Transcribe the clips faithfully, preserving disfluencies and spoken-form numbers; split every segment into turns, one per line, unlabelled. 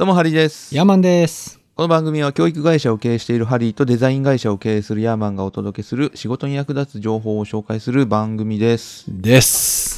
どうもハリーです。
ヤーマンです。
この番組は教育会社を経営しているハリーとデザイン会社を経営するヤーマンがお届けする仕事に役立つ情報を紹介する番組です。
です。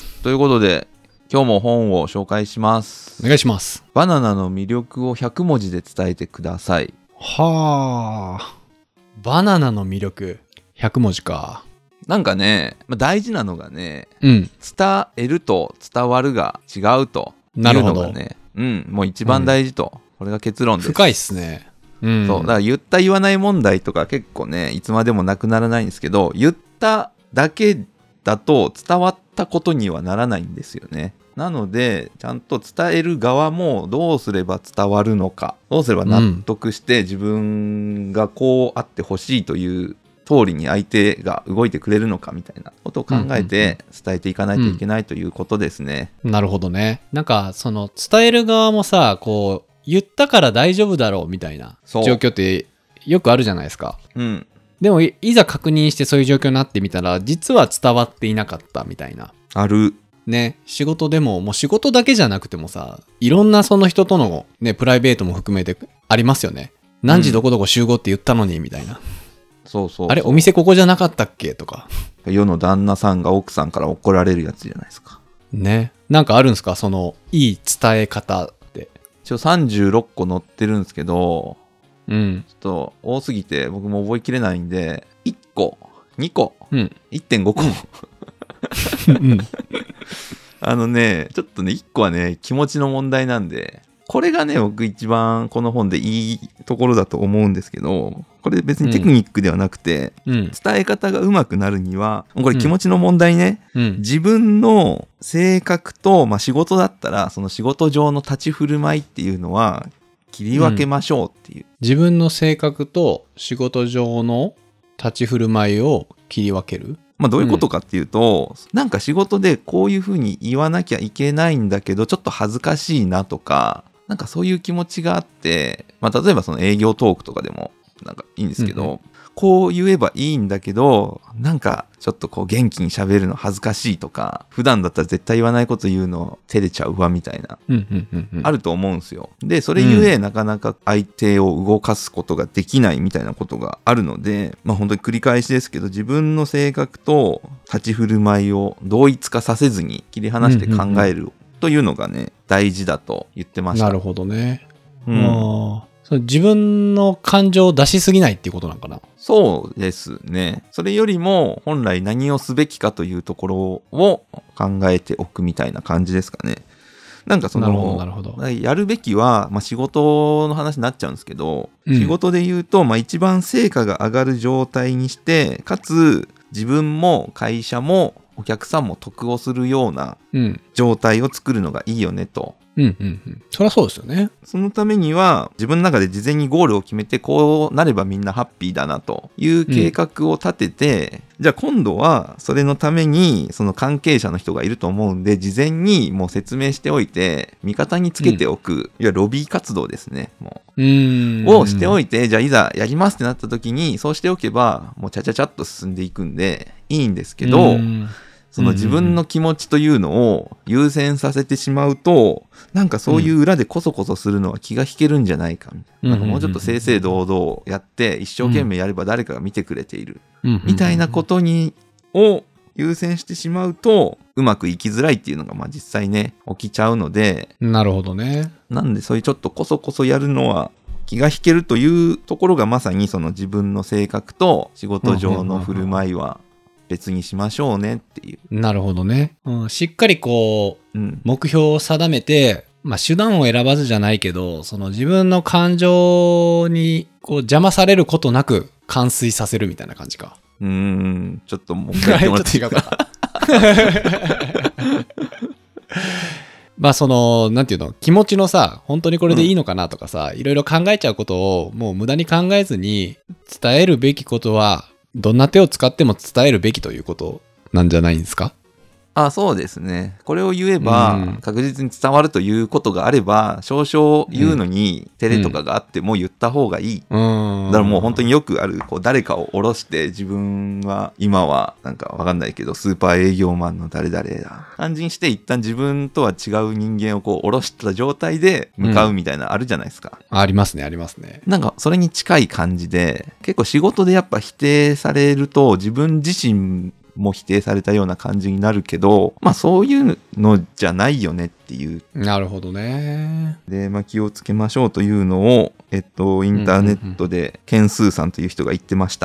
ということで今日も本を紹介します。
お願いします。
バナナの魅力をひゃくもじで伝えてください。
はあ。バナナの魅力ひゃくもじか。
なんかね、まあ、大事なのがね、
うん、
伝えると伝わるが違うというのがね、うん、もう一番大事と、うん、これが結論です。
深いっすね。うん、
そうだから言った言わない問題とか結構ねいつまでもなくならないんですけど、言っただけだと伝わったことにはならないんですよね。なのでちゃんと伝える側もどうすれば伝わるのか、どうすれば納得して自分がこうあってほしいという通りに相手が動いてくれるのかみたいなことを考えて伝えていかないといけないということですね。
うん、なるほどね。なんかその伝える側もさ、こう言ったから大丈夫だろうみたいな状況ってよくあるじゃないですか。
うん。
でも い, いざ確認してそういう状況になってみたら実は伝わっていなかったみたいな。
ある。
ね、仕事でももう仕事だけじゃなくてもさ、いろんなその人とのねプライベートも含めてありますよね。何時どこどこ集合って言ったのにみたいな。
そうそうそう。
あれお店ここじゃなかったっけとか。
世の旦那さんが奥さんから怒られるやつじゃないですか。
ね。なんかあるんですか、そのいい伝え方って。
一応さんじゅうろっこ載ってるんですけど、
うん。
ちょっと多すぎて僕も覚えきれないんで、いっこ、にこ、
うん、
いってんごこ。
うん、
あのね、ちょっとね、いっこはね、気持ちの問題なんで、これがね、僕一番この本でいいところだと思うんですけど、これ別にテクニックではなくて、うん、伝え方が上手くなるには、これ気持ちの問題ね、うん、自分の性格と、まあ、仕事だったら、その仕事上の立ち振る舞いっていうのは切り分けましょうっていう。うん、
自分の性格と仕事上の立ち振る舞いを切り分ける。
まあ、どういうことかっていうと、うん、なんか仕事でこういうふうに言わなきゃいけないんだけど、ちょっと恥ずかしいなとか、なんかそういう気持ちがあって、まあ、例えばその営業トークとかでもなんかいいんですけど、うんうん、こう言えばいいんだけど、なんかちょっとこう元気に喋るの恥ずかしいとか、普段だったら絶対言わないこと言うの照れちゃうわみたいな、
うんうんうんうん、
あると思うんですよ。で、それゆえなかなか相手を動かすことができないみたいなことがあるので、まあ本当に繰り返しですけど、自分の性格と立ち振る舞いを同一化させずに切り離して考える、うんうんうんというのがね大事だと言ってました。
なるほどね。うん、あそ自分の感情を出しすぎないっていうことなのかな。
そうですね。それよりも本来何をすべきかというところを考えておくみたいな感じですかね。なんかその
なるほどなるほど。
やるべきは、まあ、仕事の話になっちゃうんですけど、うん、仕事で言うと、まあ、一番成果が上がる状態にしてかつ自分も会社もお客さんも得をするような状態を作るのがいいよねと。
うんうんうん。そりゃそうですよね。
そのためには自分の中で事前にゴールを決めてこうなればみんなハッピーだなという計画を立てて、うん、じゃあ今度はそれのためにその関係者の人がいると思うんで事前にもう説明しておいて味方につけておく、うん、いわゆるロビー活動ですねもううーんをしておいて、じゃあいざやりますってなった時にそうしておけばもうチャチャチャっと進んでいくんでいいんですけど、その自分の気持ちというのを優先させてしまうと、なんかそういう裏でコソコソするのは気が引けるんじゃないかみたいな、なんかもうちょっと正々堂々やって一生懸命やれば誰かが見てくれているみたいなことにを優先してしまうとうまくいきづらいっていうのがまあ実際ね起きちゃうので。
なるほどね。
なんでそういうちょっとコソコソやるのは気が引けるというところがまさにその自分の性格と仕事上の振る舞いは別にしましょうねっていう。
なるほどね。うん、しっかりこう、うん、目標を定めて、まあ手段を選ばずじゃないけど、その自分の感情にこう邪魔されることなく完遂させるみたいな感じか。
うーん、ちょっともう一回言ってもらっていいか
まあそのなんていうの気持ちのさ本当にこれでいいのかなとかさ、うん、いろいろ考えちゃうことをもう無駄に考えずに伝えるべきことはどんな手を使っても伝えるべきということなんじゃないんですか。
あ、そうですね。これを言えば、うん、確実に伝わるということがあれば、少々言うのに、照れとかがあっても言った方がいい。うん、だからもう本当によくある、こう誰かを下ろして、自分は今はなんかわかんないけど、スーパー営業マンの誰々だ。感じにして、一旦自分とは違う人間をこう下ろした状態で向かうみたいな、あるじゃないですか、
うん。ありますね、ありますね。
なんかそれに近い感じで、結構仕事でやっぱ否定されると、自分自身も否定されたような感じになるけど、まあそういうのじゃないよねっていう。
なるほどね。
で、まあ気をつけましょうというのを、えっと、インターネットで、ケンスーさんという人が言ってました。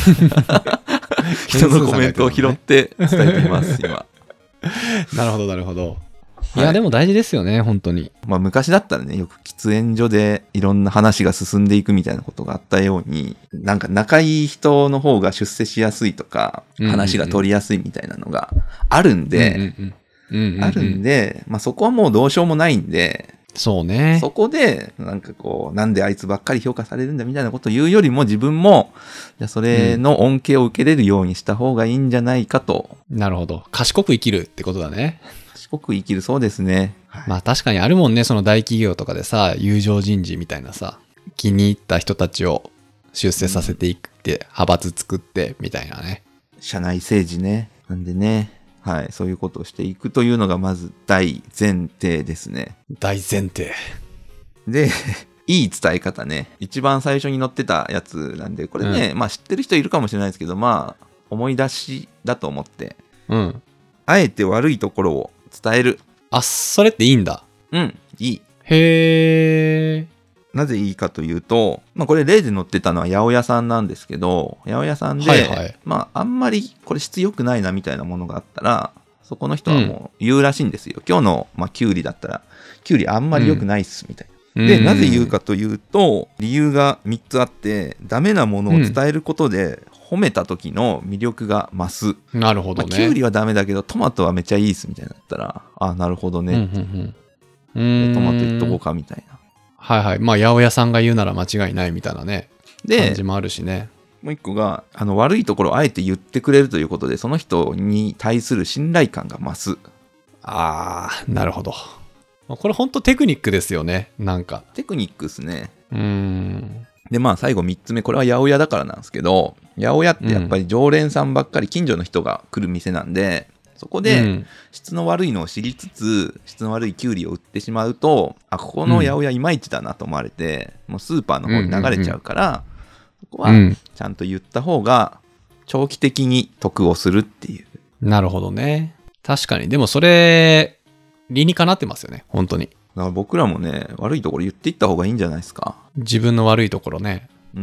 人のコメントを拾って伝えています、今。
なるほど、なるほど。いや、はい、でも大事ですよね、本当に。
まあ昔だったらね、よく喫煙所でいろんな話が進んでいくみたいなことがあったように、なんか仲いい人の方が出世しやすいとか、話が取りやすいみたいなのがあるんで、あるんで、まあそこはもうどうしようもないんで、
そうね。
そこで、なんかこう、なんであいつばっかり評価されるんだみたいなことを言うよりも、自分も、じゃあそれの恩恵を受けれるようにした方がいいんじゃないかと。
うん、なるほど。賢く生きるってことだね。
賢く生きる、そうですね。
はい、まあ確かにあるもんね、その大企業とかでさ、友情人事みたいなさ、気に入った人たちを出世させていって、うん、派閥作ってみたいなね。
社内政治ね。なんでね。はい、そういうことをしていくというのがまず大前提ですね。
大前提。
で、いい伝え方ね。一番最初に載ってたやつなんで、これね、うん、まあ知ってる人いるかもしれないですけど、まあ思い出しだと思って、
うん。
あえて悪いところを伝える。
あ、それっていいんだ。
うん、いい。
へー。
なぜいいかというと、まあこれ例で載ってたのは八百屋さんなんですけど、八百屋さんで、はいはい、まああんまりこれ質良くないなみたいなものがあったら、そこの人はもう言うらしいんですよ。うん、今日の、まあ、キュウリだったら、キュウリあんまり良くないっすみたいな。うん、で、なぜ言うかというと、理由がみっつあって、ダメなものを伝えることで、褒めた時の魅力が増す。
うん、なるほどね。
まあ、キュウリはダメだけど、トマトはめっちゃいいっすみたいなだったら、あ、なるほどね。うんうんうん、トマト言っとこうかみたいな。
はいはい。まあ、八百屋さんが言うなら間違いないみたいなね。で、感じもあるしね。
もう一個が、あの、悪いところをあえて言ってくれるということで、その人に対する信頼感が増す。
あー、なるほど。これほんとテクニックですよね。なんか。
テクニックですね。
うーん。
で、まあ最後みっつめ、これは八百屋だからなんですけど、八百屋ってやっぱり常連さんばっかり、近所の人が来る店なんで、そこで質の悪いのを知りつつ、質の悪いキュウリを売ってしまうと、あ、ここの八百屋いまいちだなと思われて、もうスーパーの方に流れちゃうから、そこはちゃんと言った方が長期的に得をするっていう。
なるほどね。確かに。でもそれ、理にかなってますよね。本当に。
だから僕らもね、悪いところ言っていった方がいいんじゃないですか。
自分の悪いところね。
うん。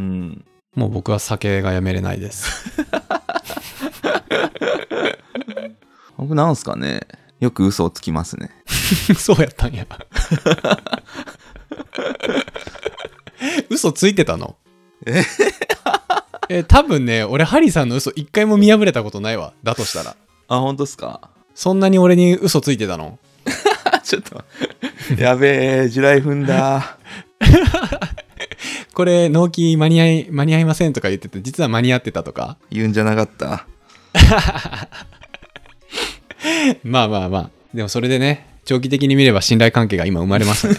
もう僕は酒がやめれないです。
僕なんすかね。よく嘘をつきますね。
そうやったんや。嘘ついてたの？
え
え、多分ね、俺ハリーさんの嘘一回も見破れたことないわ。だとしたら。
あ、本当っすか？
そんなに俺に嘘ついてたの？
ちょっとやべえ、地雷踏んだ。
これ納期間に合い間に合いませんとか言ってて、実は間に合ってたとか
言うんじゃなかった。
まあまあまあ、でもそれでね、長期的に見れば信頼関係が今生まれましたね。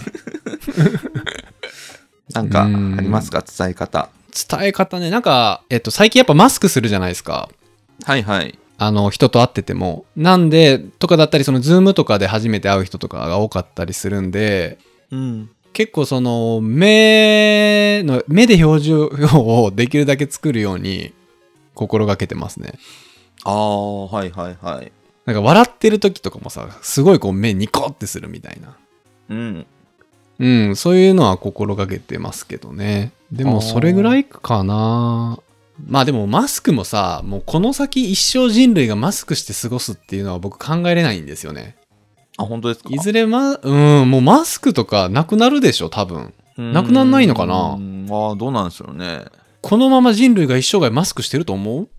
なんかありますか、伝え方？
伝え方ね、なんかえっと最近やっぱマスクするじゃないですか。
はいはい。
あの人と会ってても、なんでとかだったり、そのズームとかで初めて会う人とかが多かったりするんで、
うん、結
構その目の目で表情をできるだけ作るように心がけてますね。
ああ、はいはいはい。
なんか笑ってる時とかもさ、すごいこう目ニコってするみたいな。
うん。
うん、そういうのは心がけてますけどね。でもそれぐらいかな。まあでもマスクもさ、もうこの先一生人類がマスクして過ごすっていうのは僕考えれないんですよね。
あ、本当ですか？
いずれま、うん、もうマスクとかなくなるでしょ、多分。なくなんないのかな？
うん、ああ、どうなんでしょうね。
このまま人類が一生涯マスクしてると思う？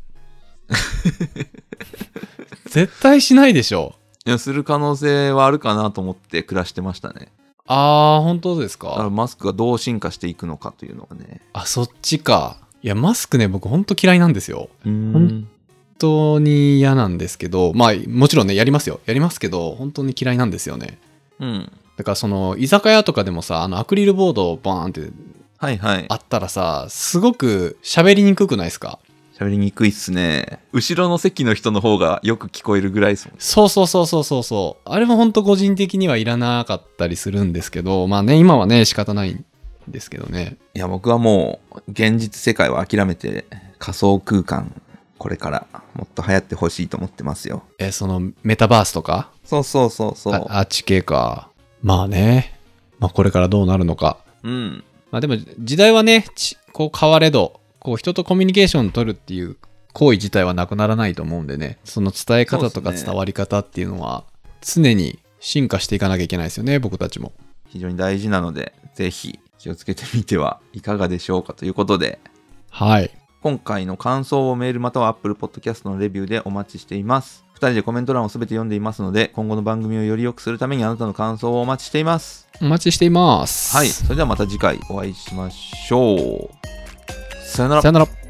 絶対しないでしょ。
いや、する可能性はあるかなと思って暮らしてましたね。
ああ、本当ですか？
だからマスクがどう進化していくのかというのがね。
あ、そっちか。いや、マスクね、僕ほんと嫌いなんですよ。
うん。
当に嫌なんですけど、まあもちろんねやりますよやりますけど本当に嫌いなんですよね。
うん
だからその居酒屋とかでもさ、あのアクリルボードバーンって
はいはい
あったらさ、すごく喋りにくくないですか？
喋りにくいっすね。後ろの席の人の方がよく聞こえるぐらいですもん。
そうそうそうそうそうそう。あれも本当個人的にはいらなかったりするんですけど、まあね今はね仕方ないんですけどね。
いや僕はもう現実世界は諦めて仮想空間これからもっと流行ってほしいと思ってますよ。
えそのメタバースとか？
そうそうそうそう。
ああっち系か。まあね。まあこれからどうなるのか。
うん。
まあでも時代はねちこう変われど。こう人とコミュニケーション取るっていう行為自体はなくならないと思うんでね、その伝え方とか伝わり方っていうのは常に進化していかなきゃいけないですよね、僕たちも。
非常に大事なのでぜひ気をつけてみてはいかがでしょうかということで、
はい、
今回の感想をメールまたは Apple Podcast のレビューでお待ちしています。ふたりでコメント欄をすべて読んでいますので、今後の番組をより良くするためにあなたの感想をお待ちしています。
お待ちしています。
はい、それではまた次回お会いしましょう。さよなら。
さよなら。